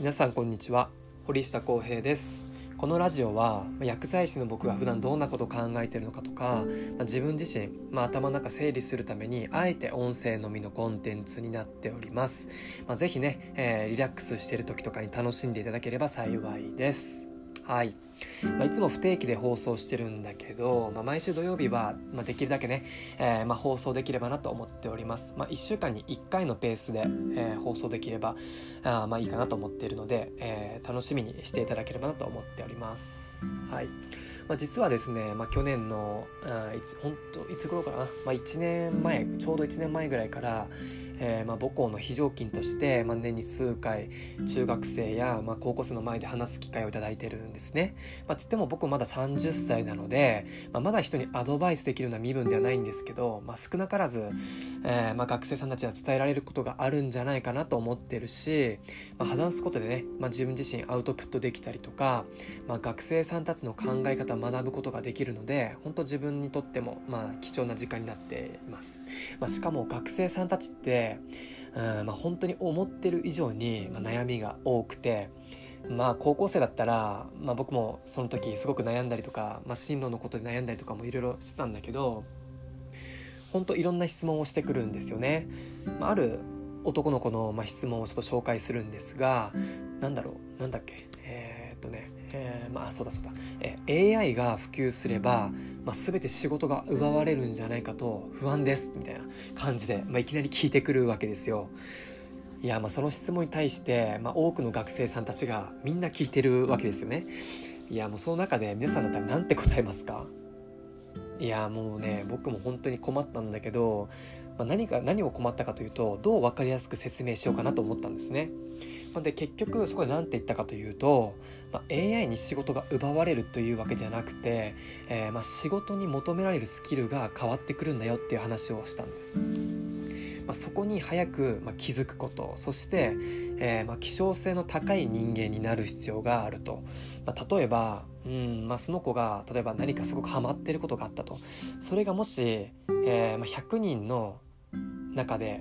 皆さんこんにちは、堀下康平です。このラジオは薬剤師の僕が普段どんなことを考えているのかとか、自分自身、頭の中整理するためにあえて音声のみのコンテンツになっております。ぜひね、リラックスしている時とかに楽しんでいただければ幸いです。はい。いつも不定期で放送してるんだけど、毎週土曜日は、できるだけね、放送できればなと思っております。1週間に1回のペースで、放送できればいいかなと思っているので、楽しみにしていただければなと思っております。はい。実はですね、去年のいつ頃かな、1年前、ちょうど1年前ぐらいから、母校の非常勤として、年に数回中学生や、高校生の前で話す機会をいただいてるんですね。つっても僕まだ30歳なので、まだ人にアドバイスできるような身分ではないんですけど、少なからず、学生さんたちには伝えられることがあるんじゃないかなと思ってるし、話すことでね、自分自身アウトプットできたりとか、学生さんたちの考え方を学ぶことができるので、本当自分にとっても、貴重な時間になっています。しかも学生さんたちって本当に思ってる以上に、悩みが多くて、高校生だったら、僕もその時すごく悩んだりとか、進路のことで悩んだりとかもいろいろしてたんだけど、本当いろんな質問をしてくるんですよね。ある男の子の、質問をちょっと紹介するんですが、AI が普及すれば、全て仕事が奪われるんじゃないかと不安ですみたいな感じで、いきなり聞いてくるわけですよ。いや、その質問に対して、多くの学生さんたちがみんな聞いてるわけですよね。いや、もうその中で皆さんだったらなんて答えますか？いや、もうね、僕も本当に困ったんだけど、何を困ったかというと、どう分かりやすく説明しようかなと思ったんですね。で結局そこで何て言ったかというと、AI に仕事が奪われるというわけじゃなくて、仕事に求められるスキルが変わってくるんだよっていう話をしたんです。そこに早く、気づくこと、そして、希少性の高い人間になる必要があると。例えば、その子が例えば何かすごくハマってることがあったと。それがもし、100人の中で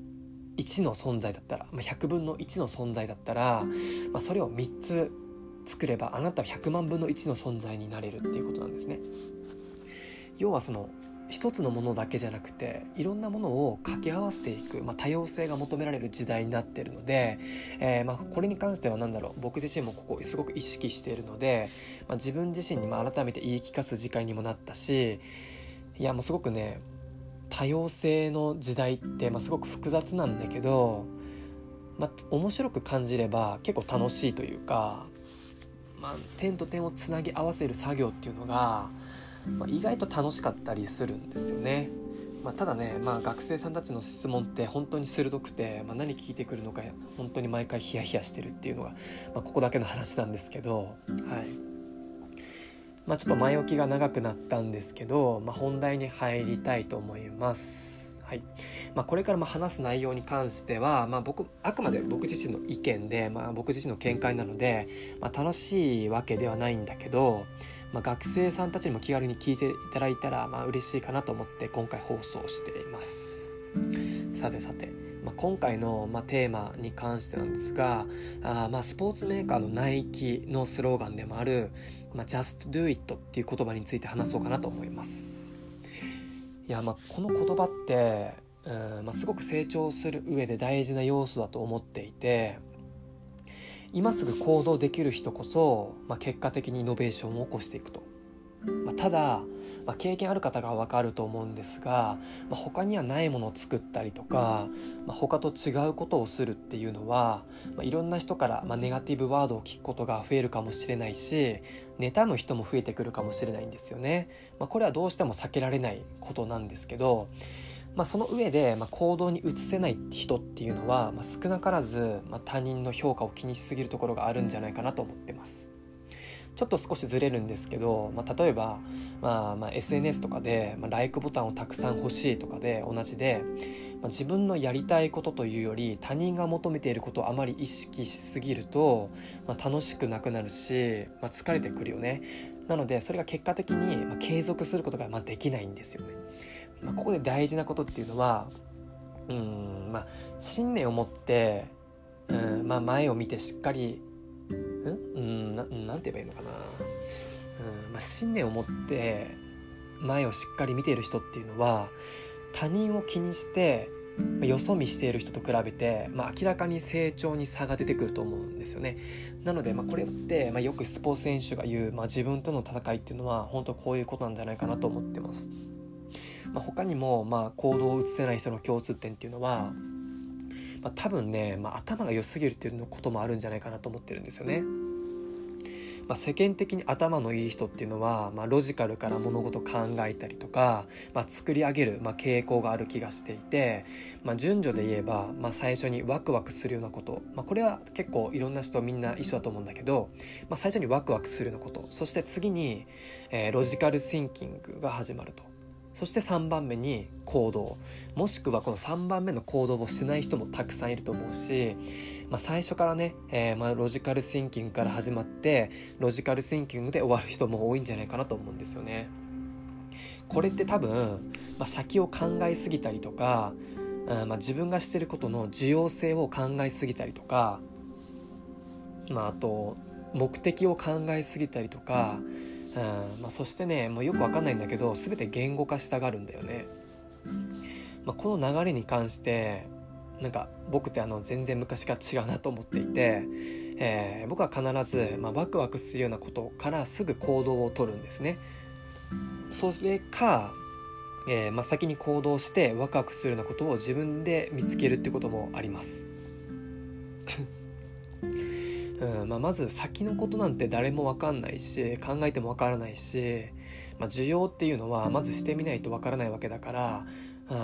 1の存在だったら、100分の1の存在だったら、それを3つ作ればあなたは100万分の1の存在になれるっていうことなんですね。要はその一つのものだけじゃなくて、いろんなものを掛け合わせていく、多様性が求められる時代になっているので、これに関しては僕自身もここすごく意識しているので、自分自身にも改めて言い聞かす時間にもなったし、いやもうすごくね、多様性の時代って、すごく複雑なんだけど、面白く感じれば結構楽しいというか、点と点をつなぎ合わせる作業っていうのが、意外と楽しかったりするんですよね。ただね、学生さんたちの質問って本当に鋭くて、何聞いてくるのか本当に毎回ヒヤヒヤしてるっていうのが、ここだけの話なんですけど、はい。ちょっと前置きが長くなったんですけど、本題に入りたいと思います。はい。これから話す内容に関しては、あくまで僕自身の意見で、僕自身の見解なので、楽しいわけではないんだけど、学生さんたちにも気軽に聞いていただいたら、嬉しいかなと思って今回放送しています。さて、今回の、テーマに関してなんですが、スポーツメーカーのナイキのスローガンでもある、Just Do It っていう言葉について話そうかなと思います。いや、この言葉って、すごく成長する上で大事な要素だと思っていて、今すぐ行動できる人こそ、結果的にイノベーションを起こしていくと。ただ、経験ある方が分かると思うんですが、他にはないものを作ったりとか、他と違うことをするっていうのは、いろんな人から、ネガティブワードを聞くことが増えるかもしれないし、妬む人も増えてくるかもしれないんですよね。これはどうしても避けられないことなんですけど、その上で、行動に移せない人っていうのは、少なからず、他人の評価を気にしすぎるところがあるんじゃないかなと思ってます。ちょっと少しずれるんですけど、例えば、SNS とかで、ライクボタンをたくさん欲しいとかで同じで、自分のやりたいことというより他人が求めていることをあまり意識しすぎると、楽しくなくなるし、疲れてくるよね。なのでそれが結果的に、継続することができないんですよね。ここで大事なことっていうのは、信念を持って前を見てしっかりなんて言えばいいのかな、信念を持って前をしっかり見ている人っていうのは、他人を気にしてよそ見している人と比べて、明らかに成長に差が出てくると思うんですよね。なので、これって、よくスポーツ選手が言う、自分との戦いっていうのは本当こういうことなんじゃないかなと思ってます。他にも、行動を移せない人の共通点っていうのは、多分ね、頭が良すぎるっていうこともあるんじゃないかなと思ってるんですよね。世間的に頭のいい人っていうのは、ロジカルから物事を考えたりとか、作り上げる、傾向がある気がしていて、順序で言えば、最初にワクワクするようなこと、これは結構いろんな人みんな一緒だと思うんだけど、最初にワクワクするようなこと、そして次に、ロジカルシンキングが始まると。そして3番目に行動、もしくはこの3番目の行動をしない人もたくさんいると思うし、最初からね、ロジカルシンキングから始まってロジカルシンキングで終わる人も多いんじゃないかなと思うんですよね。これって多分、先を考えすぎたりとか、自分がしてることの重要性を考えすぎたりとか、あと目的を考えすぎたりとか、そしてね、もうよくわかんないんだけど全て言語化したがるんだよね。この流れに関してなんか僕って全然昔から違うなと思っていて、僕は必ず、ワクワクするようなことからすぐ行動を取るんですね。それか、先に行動してワクワクするようなことを自分で見つけるってこともありますまず先のことなんて誰も分かんないし、考えても分からないし、需要っていうのはまずしてみないと分からないわけだから、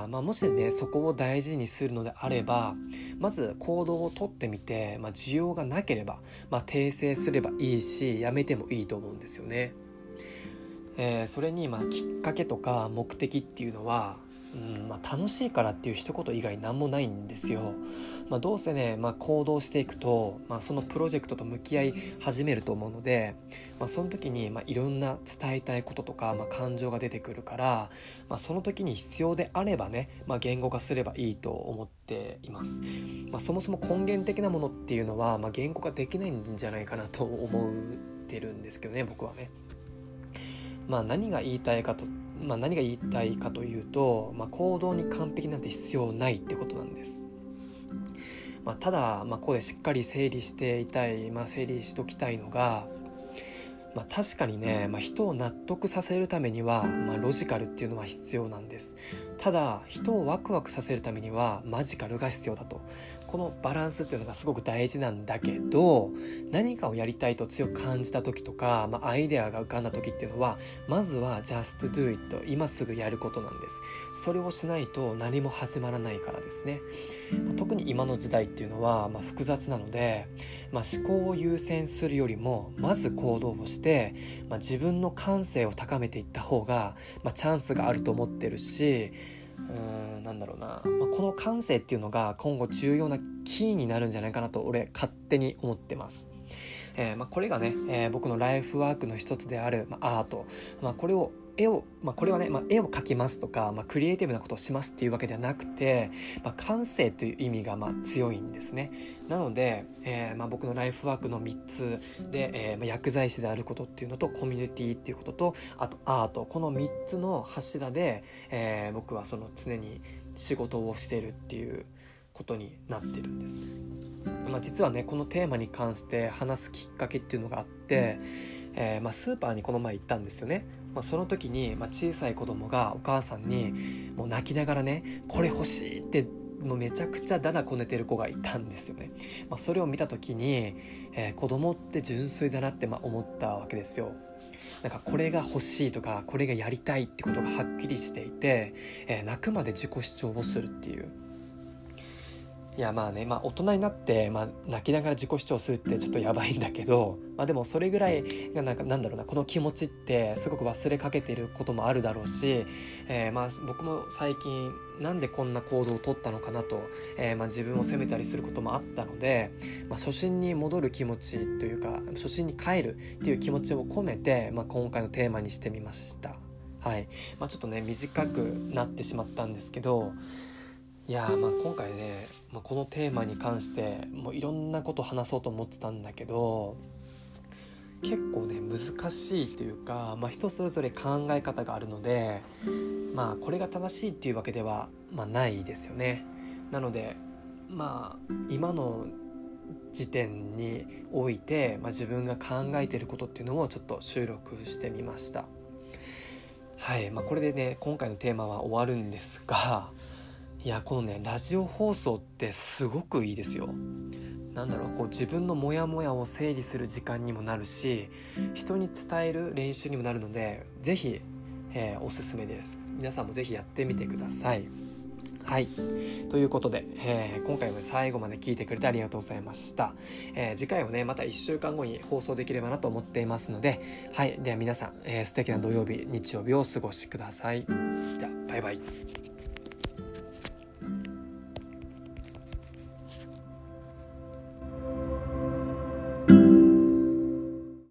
もしねそこを大事にするのであれば、まず行動をとってみて、需要がなければ、訂正すればいいし、やめてもいいと思うんですよね。それにきっかけとか目的っていうのは、楽しいからっていう一言以外何もないんですよ。どうせね、行動していくと、そのプロジェクトと向き合い始めると思うので、その時にいろんな伝えたいこととか、感情が出てくるから、その時に必要であればね、言語化すればいいと思っています。そもそも根源的なものっていうのは、言語化できないんじゃないかなと思ってるんですけどね、僕はね。何が言いたいかというと、行動に完璧なんて必要ないってことなんです。ただ、ここでしっかり整理していたい、整理しときたいのが、確かにね、人を納得させるためには、ロジカルっていうのは必要なんです。ただ人をワクワクさせるためにはマジカルが必要だと。このバランスっていうのがすごく大事なんだけど、何かをやりたいと強く感じた時とか、アイデアが浮かんだ時っていうのは、まずは just do it、 今すぐやることなんです。それをしないと何も始まらないからですね。特に今の時代っていうのは、複雑なので、思考を優先するよりもまず行動をして、自分の感性を高めていった方が、チャンスがあると思ってるし、この感性っていうのが今後重要なキーになるんじゃないかなと俺勝手に思ってます。これがね、僕のライフワークの一つである、アート、これはね、絵を描きますとか、クリエイティブなことをしますっていうわけではなくて、感性という意味が強いんですね。なので、僕のライフワークの3つで、薬剤師であることっていうのと、コミュニティっていうことと、あとアート、この3つの柱で、僕はその常に仕事をしているっていうことになってるんです。実はね、このテーマに関して話すきっかけっていうのがあって、スーパーにこの前行ったんですよね。その時に、小さい子供がお母さんにもう泣きながらね、これ欲しいってもうめちゃくちゃだだこねてる子がいたんですよね。それを見た時に、子供って純粋だなって思ったわけですよ。これが欲しいとかこれがやりたいってことがはっきりしていて、泣くまで自己主張をするっていう。いや大人になって、泣きながら自己主張するってちょっとやばいんだけど、でもそれぐらいがこの気持ちってすごく忘れかけていることもあるだろうし、僕も最近なんでこんな行動を取ったのかなと、自分を責めたりすることもあったので、初心に戻る気持ちというか、初心に帰るっていう気持ちを込めて、今回のテーマにしてみました。はい。ちょっとね短くなってしまったんですけど、 いや今回ね、このテーマに関してもういろんなこと話そうと思ってたんだけど、結構ね難しいというか、人それぞれ考え方があるので、これが正しいっていうわけでは、ないですよね。なので今の時点において、自分が考えていることっていうのをちょっと収録してみました。はい、これでね今回のテーマは終わるんですが、いやこのねラジオ放送ってすごくいいですよ。こう自分のモヤモヤを整理する時間にもなるし、人に伝える練習にもなるので、ぜひ、おすすめです。皆さんもぜひやってみてください。はい、ということで、今回も最後まで聞いてくれてありがとうございました。次回はねまた1週間後に放送できればなと思っていますので、はい、では皆さん、素敵な土曜日日曜日をお過ごしください。じゃあバイバイ。